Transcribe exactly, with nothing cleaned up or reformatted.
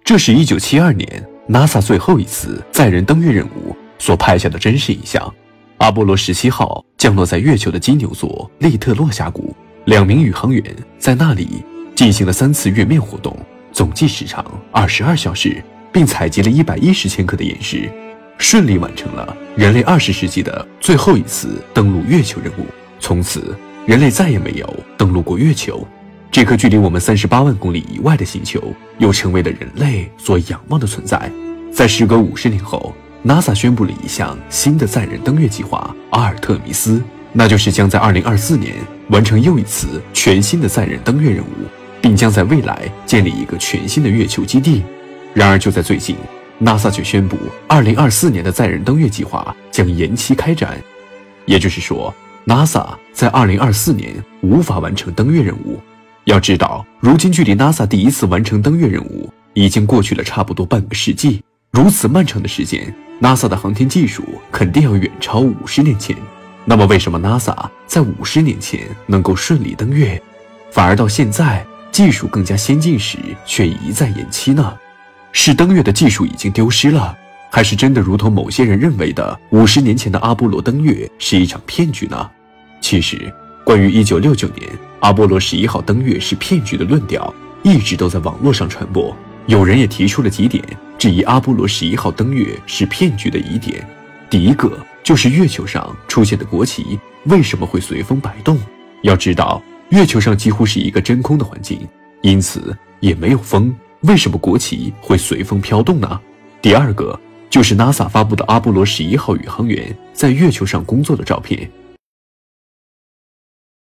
这是一九七二年 NASA 最后一次载人登月任务所拍下的真实影像。阿波罗十七号降落在月球的金牛座利特洛峡谷，两名宇航员在那里进行了三次月面活动，总计时长二十二小时，并采集了一百一十千克的岩石，顺利完成了人类二十世纪的最后一次登陆月球任务。从此，人类再也没有登陆过月球。这颗距离我们三十八万公里以外的星球，又成为了人类所仰望的存在。在时隔五十年后 ，NASA 宣布了一项新的载人登月计划——阿尔特弥斯，那就是将在二零二四年完成又一次全新的载人登月任务，并将在未来建立一个全新的月球基地。然而，就在最近 ，NASA 却宣布，二零二四年的载人登月计划将延期开展。也就是说 ，NASA 在二零二四年无法完成登月任务。要知道，如今距离 NASA 第一次完成登月任务已经过去了差不多半个世纪。如此漫长的时间 ，NASA 的航天技术肯定要远超五十年前。那么，为什么 NASA 在五十年前能够顺利登月，反而到现在技术更加先进时却一再延期呢？是登月的技术已经丢失了，还是真的如同某些人认为的，五十年前的阿波罗登月是一场骗局呢？其实，关于一九六九年阿波罗十一号登月是骗局的论调，一直都在网络上传播。有人也提出了几点质疑阿波罗十一号登月是骗局的疑点。第一个就是月球上出现的国旗为什么会随风摆动？要知道，月球上几乎是一个真空的环境，因此也没有风，为什么国旗会随风飘动呢？第二个就是 NASA 发布的阿波罗十一号宇航员在月球上工作的照片，